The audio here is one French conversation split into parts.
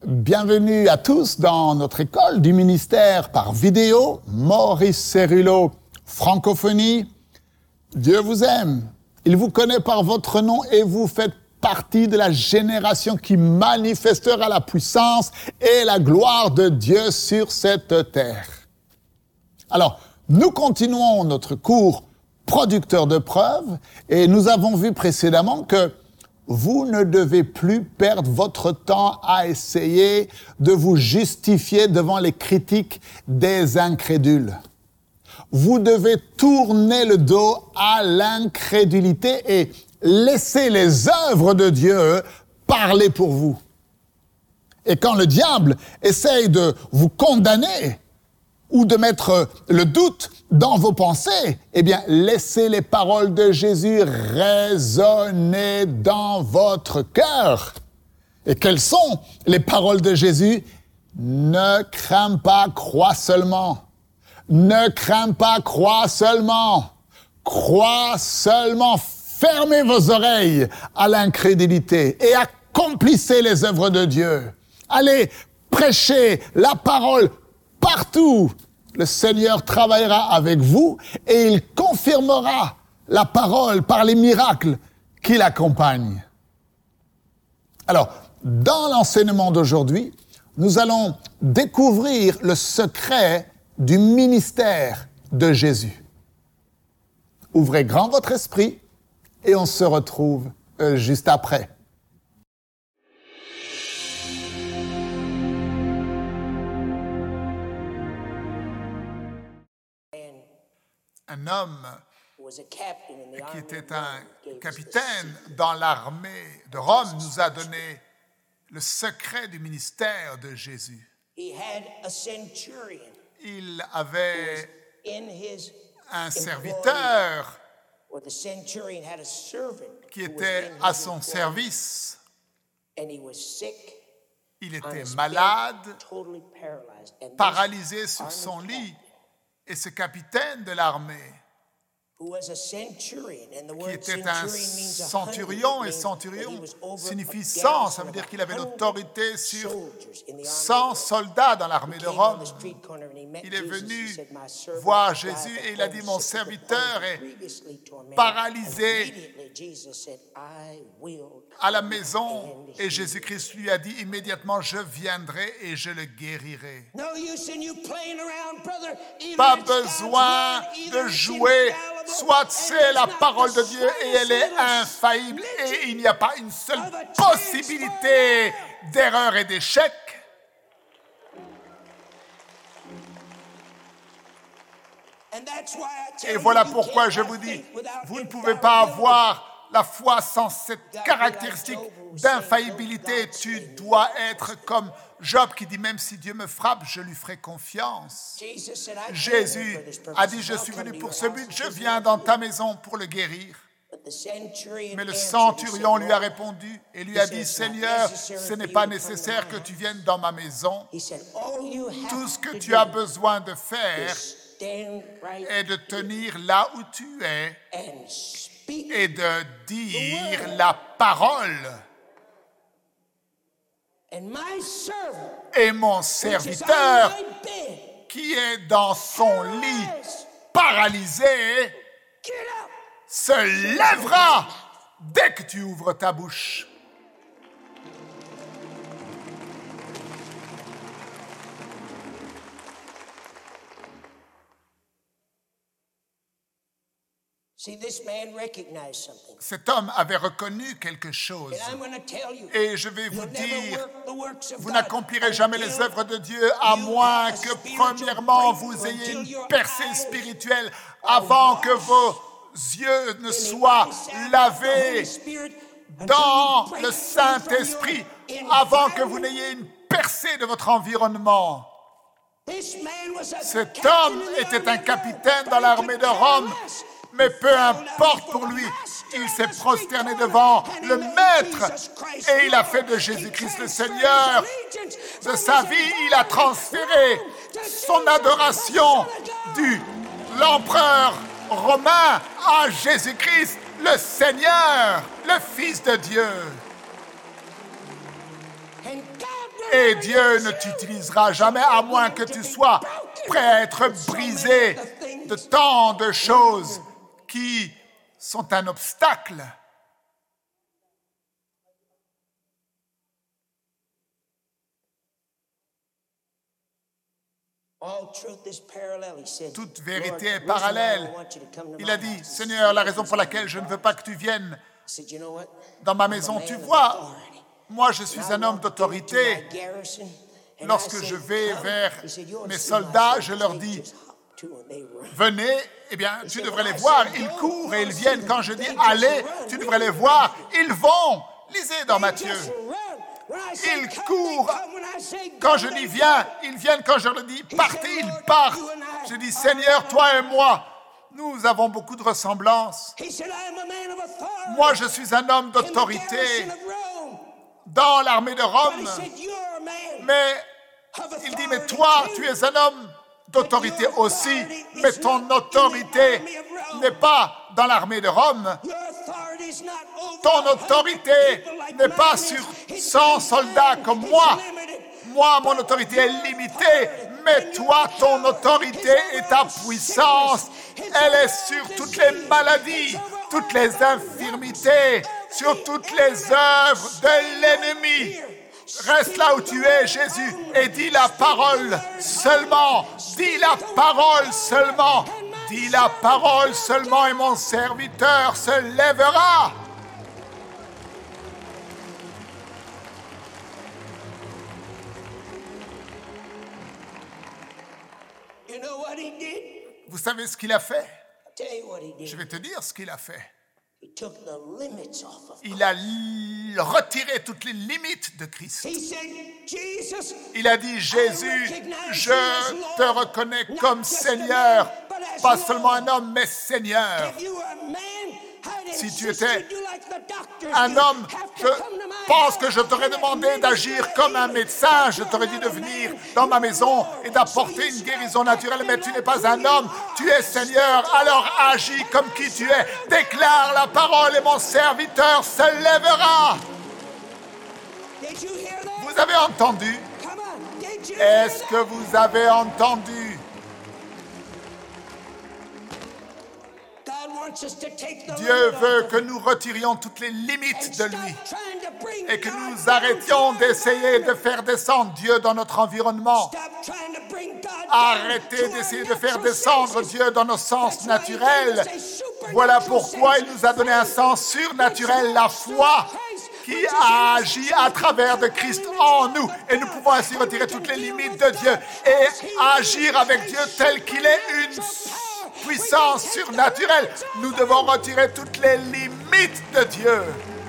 Bienvenue à tous dans notre école du ministère par vidéo, Maurice Cérulo, francophonie. Dieu vous aime, il vous connaît par votre nom et vous faites partie de la génération qui manifestera la puissance et la gloire de Dieu sur cette terre. Alors, nous continuons notre cours producteur de preuves et nous avons vu précédemment que vous ne devez plus perdre votre temps à essayer de vous justifier devant les critiques des incrédules. Vous devez tourner le dos à l'incrédulité et laisser les œuvres de Dieu parler pour vous. Et quand le diable essaye de vous condamner ou de mettre le doute dans vos pensées, eh bien, laissez les paroles de Jésus résonner dans votre cœur. Et quelles sont les paroles de Jésus? Ne crains pas, crois seulement. Ne crains pas, crois seulement. Crois seulement. Fermez vos oreilles à l'incrédulité et accomplissez les œuvres de Dieu. Allez prêcher la parole partout. Le Seigneur travaillera avec vous et il confirmera la parole par les miracles qui l'accompagnent. Alors, dans l'enseignement d'aujourd'hui, nous allons découvrir le secret du ministère de Jésus. Ouvrez grand votre esprit et on se retrouve juste après. Un homme qui était un capitaine dans l'armée de Rome nous a donné le secret du ministère de Jésus. Il avait un serviteur qui était à son service. Il était malade, paralysé sur son lit. Et ce capitaine de l'armée, qui était un centurion, et centurion signifie 100, ça veut dire qu'il avait l'autorité sur 100 soldats dans l'armée de Rome. Il est venu voir Jésus et il a dit, mon serviteur est paralysé à la maison. Et Jésus-Christ lui a dit immédiatement, je viendrai et je le guérirai. Pas besoin de jouer. Soit c'est la parole de Dieu et elle est infaillible et il n'y a pas une seule possibilité d'erreur et d'échec. Et voilà pourquoi je vous dis, vous ne pouvez pas avoir la foi sans cette caractéristique d'infaillibilité. Tu dois être comme Job qui dit, même si Dieu me frappe, je lui ferai confiance. Jésus a dit, je suis venu pour ce but, je viens dans ta maison pour le guérir. Mais le centurion lui a répondu et lui a dit, Seigneur, ce n'est pas nécessaire que tu viennes dans ma maison. Tout ce que tu as besoin de faire est de tenir là où tu es et de dire la parole. Et mon serviteur, qui est dans son lit paralysé, se lèvera dès que tu ouvres ta bouche. Cet homme avait reconnu quelque chose. Et je vais vous dire, vous n'accomplirez jamais les œuvres de Dieu à moins que, premièrement, vous ayez une percée spirituelle avant que vos yeux ne soient lavés dans le Saint-Esprit, avant que vous n'ayez une percée de votre environnement. Cet homme était un capitaine dans l'armée de Rome. Mais peu importe pour lui, il s'est prosterné devant le Maître et il a fait de Jésus-Christ le Seigneur de sa vie. Il a transféré son adoration de l'empereur romain à Jésus-Christ, le Seigneur, le Fils de Dieu. Et Dieu ne t'utilisera jamais à moins que tu sois prêt à être brisé de tant de choses qui sont un obstacle. Toute vérité est parallèle. Il a dit, Seigneur, la raison pour laquelle je ne veux pas que tu viennes dans ma maison, tu vois, moi je suis un homme d'autorité. Lorsque je vais vers mes soldats, je leur dis, venez, eh bien, tu devrais les voir. Ils courent et ils viennent. Quand je dis allez, tu devrais les voir. Ils vont. Lisez dans Matthieu. Ils courent. Quand je dis viens, ils viennent. Quand je leur dis partez, ils partent. Je dis Seigneur, toi et moi, nous avons beaucoup de ressemblances. Moi, je suis un homme d'autorité dans l'armée de Rome. Mais il dit, mais toi, tu es un homme d'autorité aussi, mais ton autorité n'est pas dans l'armée de Rome. Ton autorité n'est pas sur 100 soldats comme moi. Moi, mon autorité est limitée, mais toi, ton autorité et ta puissance, elle est sur toutes les maladies, toutes les infirmités, sur toutes les œuvres de l'ennemi. Reste là où tu es, Jésus, et dis la parole seulement. Dis la parole seulement. Dis la parole seulement et mon serviteur se lèvera. Vous savez ce qu'il a fait? Je vais te dire ce qu'il a fait. Il a retiré toutes les limites de Christ. Il a dit, Jésus, je te reconnais comme Seigneur, pas seulement un homme, mais Seigneur. Si tu étais un homme, je pense que je t'aurais demandé d'agir comme un médecin. Je t'aurais dit de venir dans ma maison et d'apporter une guérison naturelle. Mais tu n'es pas un homme, tu es Seigneur. Alors agis comme qui tu es. Déclare la parole et mon serviteur se lèvera. Vous avez entendu? Est-ce que vous avez entendu? Dieu veut que nous retirions toutes les limites de lui et que nous arrêtions d'essayer de faire descendre Dieu dans notre environnement. Arrêtez d'essayer de faire descendre Dieu dans nos sens naturels. Voilà pourquoi il nous a donné un sens surnaturel, la foi, qui agit à travers de Christ en nous. Et nous pouvons ainsi retirer toutes les limites de Dieu et agir avec Dieu tel qu'il est, une puissance surnaturelle. Nous devons retirer toutes les limites de Dieu.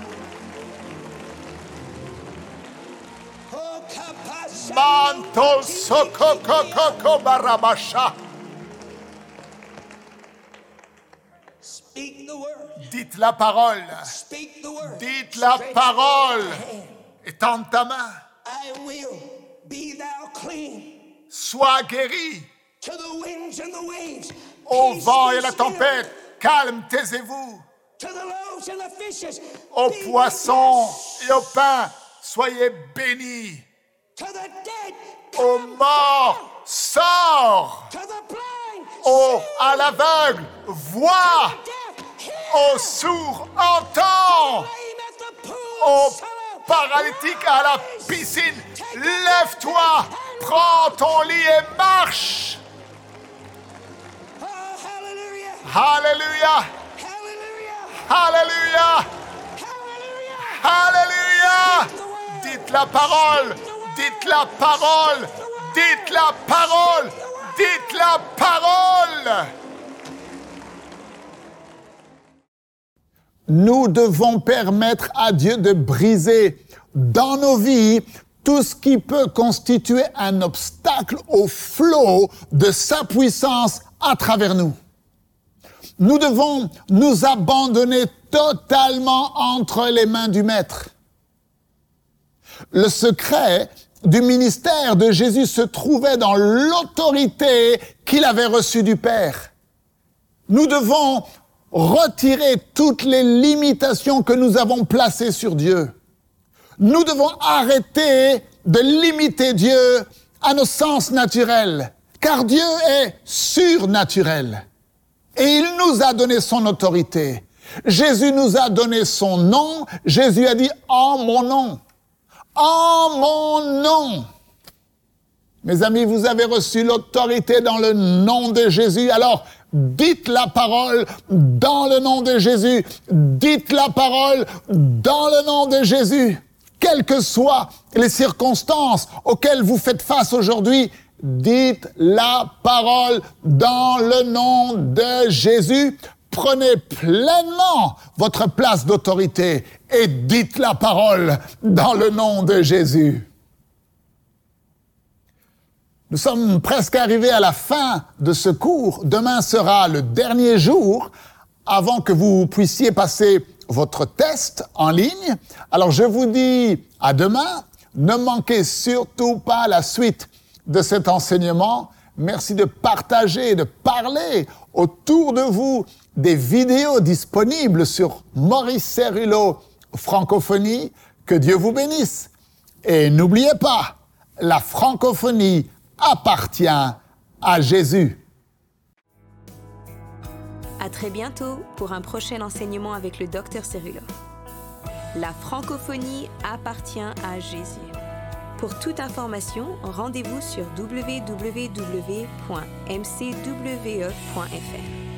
Manto sokokoko barabasha. Dites la parole. Dites la parole. Étends ta main. Sois guéri. Au vent et à la tempête, calme, taisez-vous. Aux poissons et au pain, soyez bénis. Aux morts, sors. À l'aveugle, vois. Aux sourds, entends. Aux paralytiques à la piscine, lève-toi, prends ton lit et marche. Alléluia. Alléluia. Alléluia. Dites la parole. Dites la parole. Dites la parole. Dites la parole. Nous devons permettre à Dieu de briser dans nos vies tout ce qui peut constituer un obstacle au flot de sa puissance à travers nous. Nous devons nous abandonner totalement entre les mains du Maître. Le secret du ministère de Jésus se trouvait dans l'autorité qu'il avait reçue du Père. Nous devons retirer toutes les limitations que nous avons placées sur Dieu. Nous devons arrêter de limiter Dieu à nos sens naturels, car Dieu est surnaturel. Et il nous a donné son autorité. Jésus nous a donné son nom. Jésus a dit « en mon nom ». En mon nom. Mes amis, vous avez reçu l'autorité dans le nom de Jésus. Alors, dites la parole dans le nom de Jésus. Dites la parole dans le nom de Jésus. Quelles que soient les circonstances auxquelles vous faites face aujourd'hui, dites la parole dans le nom de Jésus. Prenez pleinement votre place d'autorité et dites la parole dans le nom de Jésus. Nous sommes presque arrivés à la fin de ce cours. Demain sera le dernier jour avant que vous puissiez passer votre test en ligne. Alors je vous dis à demain. Ne manquez surtout pas la suite de cet enseignement. Merci de partager, de parler autour de vous des vidéos disponibles sur Maurice Cerullo Francophonie. Que Dieu vous bénisse. Et n'oubliez pas, la francophonie appartient à Jésus. À très bientôt pour un prochain enseignement avec le Dr Cerullo. La francophonie appartient à Jésus. Pour toute information, rendez-vous sur www.mcwe.fr.